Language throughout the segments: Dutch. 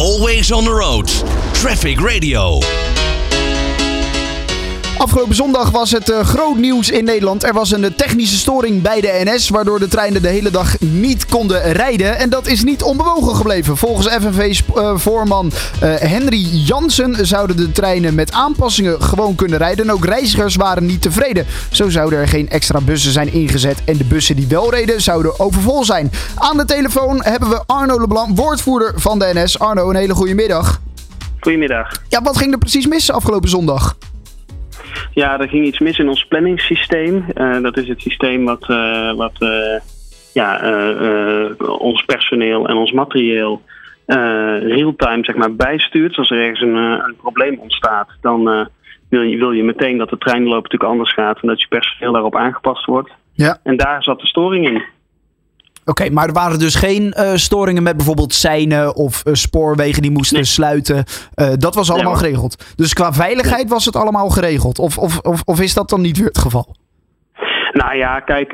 Always on the road. Traffic Radio. Afgelopen zondag was het groot nieuws in Nederland. Er was een technische storing bij de NS, waardoor de treinen de hele dag niet konden rijden. En dat is niet onbewogen gebleven. Volgens FNV-voorman Henry Jansen zouden de treinen met aanpassingen gewoon kunnen rijden. En ook reizigers waren niet tevreden. Zo zouden er geen extra bussen zijn ingezet en de bussen die wel reden zouden overvol zijn. Aan de telefoon hebben we Arno Leblanc, woordvoerder van de NS. Arno, een hele goede middag. Goedemiddag. Ja, wat ging er precies mis afgelopen zondag? Ja, er ging iets mis in ons planningssysteem. Dat is het systeem wat ons personeel en ons materieel real-time zeg maar, bijstuurt. Als er ergens een probleem ontstaat, dan wil je meteen dat de treinloop natuurlijk anders gaat en dat je personeel daarop aangepast wordt. Ja. En daar zat de storing in. Oké, maar er waren dus geen storingen met bijvoorbeeld seinen of spoorwegen die moesten sluiten. Dat was allemaal geregeld. Dus qua veiligheid was het allemaal geregeld. Of is dat dan niet weer het geval? Nou ja, kijk,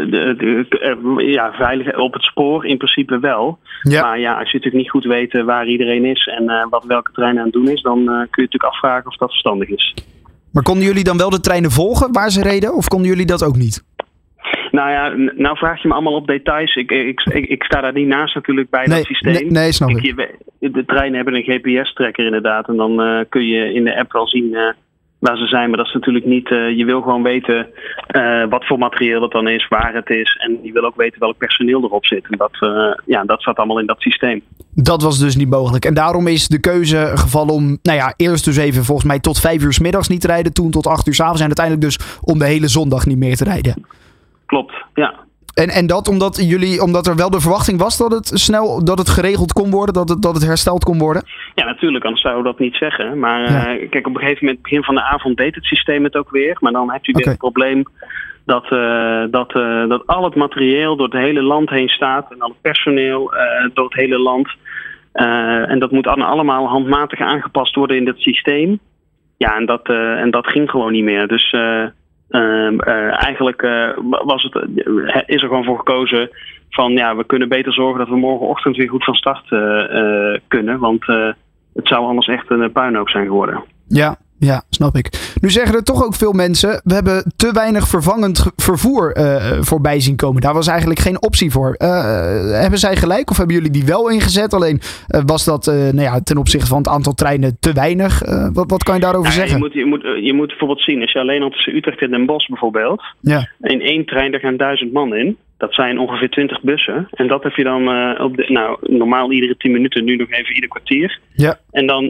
veilig op het spoor in principe wel. Ja. Maar ja, als je natuurlijk niet goed weet waar iedereen is en wat welke trein aan het doen is, dan kun je natuurlijk afvragen of dat verstandig is. Maar konden jullie dan wel de treinen volgen waar ze reden? Of konden jullie dat ook niet? Nou ja, nou vraag je me allemaal op details. Ik sta daar niet naast natuurlijk bij dat systeem. Nee, snap ik. De treinen hebben een GPS-tracker inderdaad. En dan kun je in de app wel zien waar ze zijn. Maar dat is natuurlijk niet... je wil gewoon weten wat voor materieel dat dan is, waar het is. En je wil ook weten welk personeel erop zit. En dat zat allemaal in dat systeem. Dat was dus niet mogelijk. En daarom is de keuze gevallen om... eerst dus even volgens mij tot 5 uur 's middags niet te rijden. Toen tot 8 uur 's avonds. En uiteindelijk dus om de hele zondag niet meer te rijden. Klopt, ja. En dat omdat er wel de verwachting was dat het geregeld kon worden, dat het hersteld kon worden? Ja, natuurlijk, anders zouden we dat niet zeggen. Maar kijk, op een gegeven moment, begin van de avond, deed het systeem het ook weer. Maar dan heb je weer het probleem dat al het materieel door het hele land heen staat. En al het personeel door het hele land. En dat moet allemaal handmatig aangepast worden in het systeem. Ja, en dat ging gewoon niet meer. Dus... eigenlijk is er gewoon voor gekozen van we kunnen beter zorgen dat we morgenochtend weer goed van start kunnen. Want het zou anders echt een puinhoop zijn geworden. Ja, snap ik. Nu zeggen er toch ook veel mensen, we hebben te weinig vervangend vervoer voorbij zien komen. Daar was eigenlijk geen optie voor. Hebben zij gelijk of hebben jullie die wel ingezet? Alleen was dat ten opzichte van het aantal treinen te weinig? Wat kan je daarover zeggen? Je moet bijvoorbeeld zien, als je alleen al tussen Utrecht en Den Bosch bijvoorbeeld, in 1 trein daar gaan 1000 man in. Dat zijn ongeveer 20 bussen. En dat heb je dan normaal iedere 10 minuten, nu nog even ieder kwartier. Ja. En dan...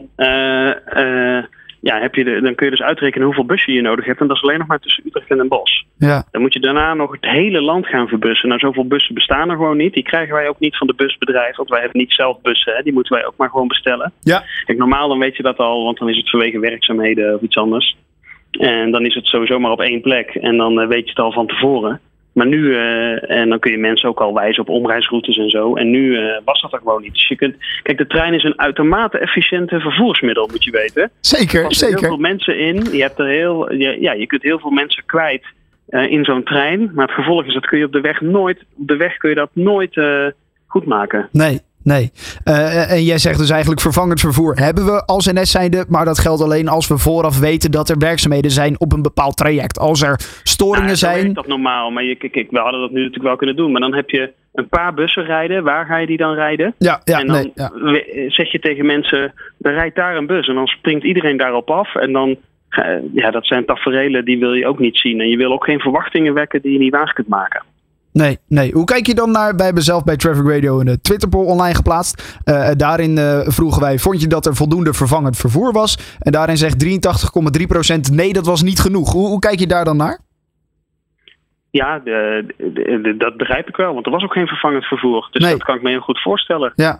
dan kun je dus uitrekenen hoeveel bussen je nodig hebt. En dat is alleen nog maar tussen Utrecht en Den Bosch. Ja. Dan moet je daarna nog het hele land gaan verbussen. Nou, zoveel bussen bestaan er gewoon niet. Die krijgen wij ook niet van de busbedrijven. Want wij hebben niet zelf bussen. Hè. Die moeten wij ook maar gewoon bestellen. Ja. Kijk, normaal dan weet je dat al. Want dan is het vanwege werkzaamheden of iets anders. En dan is het sowieso maar op 1 plek. En dan weet je het al van tevoren. Maar nu, en dan kun je mensen ook al wijzen op omreisroutes en zo. En nu was dat er gewoon niet. Dus kijk, de trein is een uitermate efficiënte vervoersmiddel, moet je weten. Zeker. Er heel veel mensen in. Je kunt heel veel mensen kwijt in zo'n trein. Maar het gevolg is, dat kun je op de weg kun je dat nooit goed maken. Nee. En jij zegt dus eigenlijk vervangend vervoer hebben we als NS zijnde, maar dat geldt alleen als we vooraf weten dat er werkzaamheden zijn op een bepaald traject. Als er storingen zijn... is dat normaal, maar we hadden dat nu natuurlijk wel kunnen doen. Maar dan heb je een paar bussen rijden. Waar ga je die dan rijden? En dan zeg je tegen mensen, er rijdt daar een bus. En dan springt iedereen daarop af. En dan, dat zijn taferelen die wil je ook niet zien. En je wil ook geen verwachtingen wekken die je niet waar kunt maken. Nee. Hoe kijk je dan naar? Wij hebben zelf bij Traffic Radio een Twitterpoll online geplaatst. Daarin vroegen wij, vond je dat er voldoende vervangend vervoer was? En daarin zegt 83,3% nee, dat was niet genoeg. Hoe kijk je daar dan naar? Ja, dat begrijp ik wel. Want er was ook geen vervangend vervoer. Dus dat kan ik me heel goed voorstellen. Ja.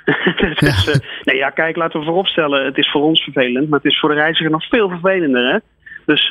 Kijk, laten we vooropstellen. Het is voor ons vervelend, maar het is voor de reiziger nog veel vervelender. Hè? Dus...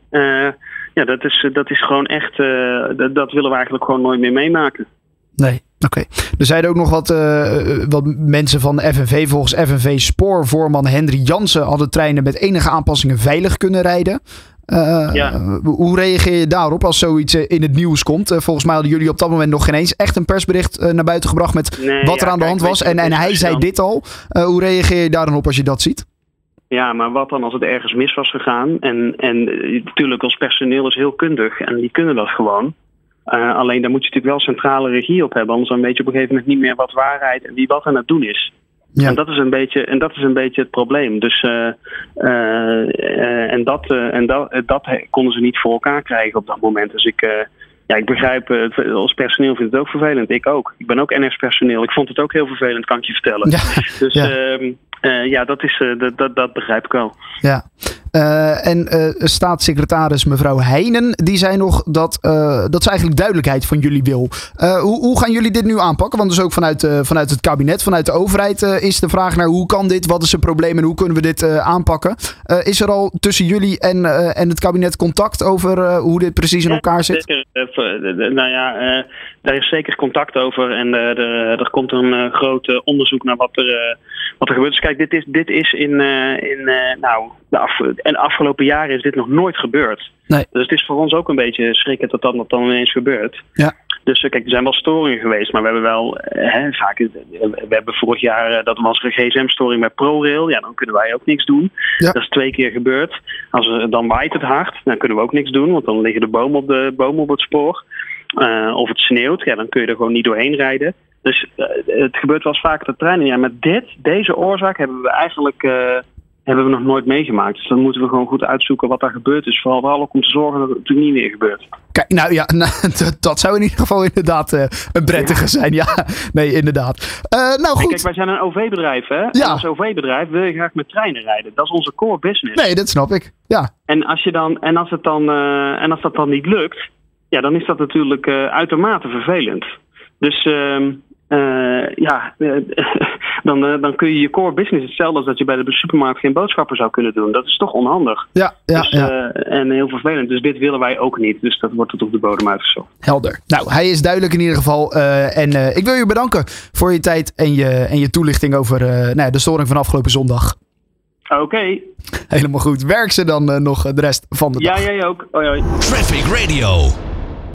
dat is gewoon echt... dat willen we eigenlijk gewoon nooit meer meemaken. Nee, oké. Er zeiden ook nog wat mensen van de FNV. Volgens FNV-spoorvoorman Henry Jansen hadden treinen met enige aanpassingen veilig kunnen rijden. Hoe reageer je daarop als zoiets in het nieuws komt? Volgens mij hadden jullie op dat moment nog geen eens echt een persbericht naar buiten gebracht met wat er aan de hand was. En hij zei dit al. Hoe reageer je daar dan op als je dat ziet? Ja, maar wat dan als het ergens mis was gegaan? En natuurlijk, ons personeel is heel kundig en die kunnen dat gewoon. Alleen daar moet je natuurlijk wel centrale regie op hebben. Anders dan weet je op een gegeven moment niet meer wat waarheid en wie wat aan het doen is. Ja. En dat is een beetje het probleem. Dus dat konden ze niet voor elkaar krijgen op dat moment. Dus ik begrijp, ons personeel vindt het ook vervelend. Ik ook. Ik ben ook NS-personeel. Ik vond het ook heel vervelend, kan ik je vertellen. Ja. Dus dat begrijp ik wel. Ja. Staatssecretaris mevrouw Heijnen, die zei nog dat ze eigenlijk duidelijkheid van jullie wil. Hoe gaan jullie dit nu aanpakken? Want dus ook vanuit het kabinet, vanuit de overheid is de vraag naar hoe kan dit? Wat is het probleem en hoe kunnen we dit aanpakken? Is er al tussen jullie en het kabinet contact over hoe dit precies in elkaar zit? Daar is zeker contact over en er komt een groot onderzoek naar wat er gebeurt. Dus kijk, dit is de afgelopen jaren is dit nog nooit gebeurd. Nee. Dus het is voor ons ook een beetje schrikken dat dan ineens gebeurt. Ja. Dus kijk, er zijn wel storingen geweest, maar we hebben wel vaak. We hebben vorig jaar, dat was een gsm-storing bij ProRail. Ja, dan kunnen wij ook niks doen. Ja. Dat is 2 keer gebeurd. Dan waait het hard, dan kunnen we ook niks doen, want dan liggen de bomen op het spoor. Of het sneeuwt, ja, dan kun je er gewoon niet doorheen rijden. Dus het gebeurt wel eens vaker de treinen. Ja, met deze oorzaak hebben we eigenlijk nog nooit meegemaakt. Dus dan moeten we gewoon goed uitzoeken wat daar gebeurd is. Vooral ook om te zorgen dat het natuurlijk niet meer gebeurt. Kijk, dat zou in ieder geval inderdaad een prettige zijn. Ja, nee, inderdaad. Goed. Kijk, wij zijn een OV-bedrijf, hè? Ja. En als OV-bedrijf wil je graag met treinen rijden. Dat is onze core business. Nee, dat snap ik. Ja. En als dat dan niet lukt, ja, dan is dat natuurlijk uitermate vervelend. Dus dan kun je core business hetzelfde als dat je bij de supermarkt geen boodschappen zou kunnen doen. Dat is toch onhandig. En heel vervelend. Dus dit willen wij ook niet. Dus dat wordt tot op de bodem uitgezocht. Helder. Nou, hij is duidelijk in ieder geval. Ik wil je bedanken voor je tijd en je toelichting over de storing van afgelopen zondag. Oké. Helemaal goed. Werk ze dan nog de rest van de dag. Ja, jij ook. Hoi, hoi. Traffic Radio.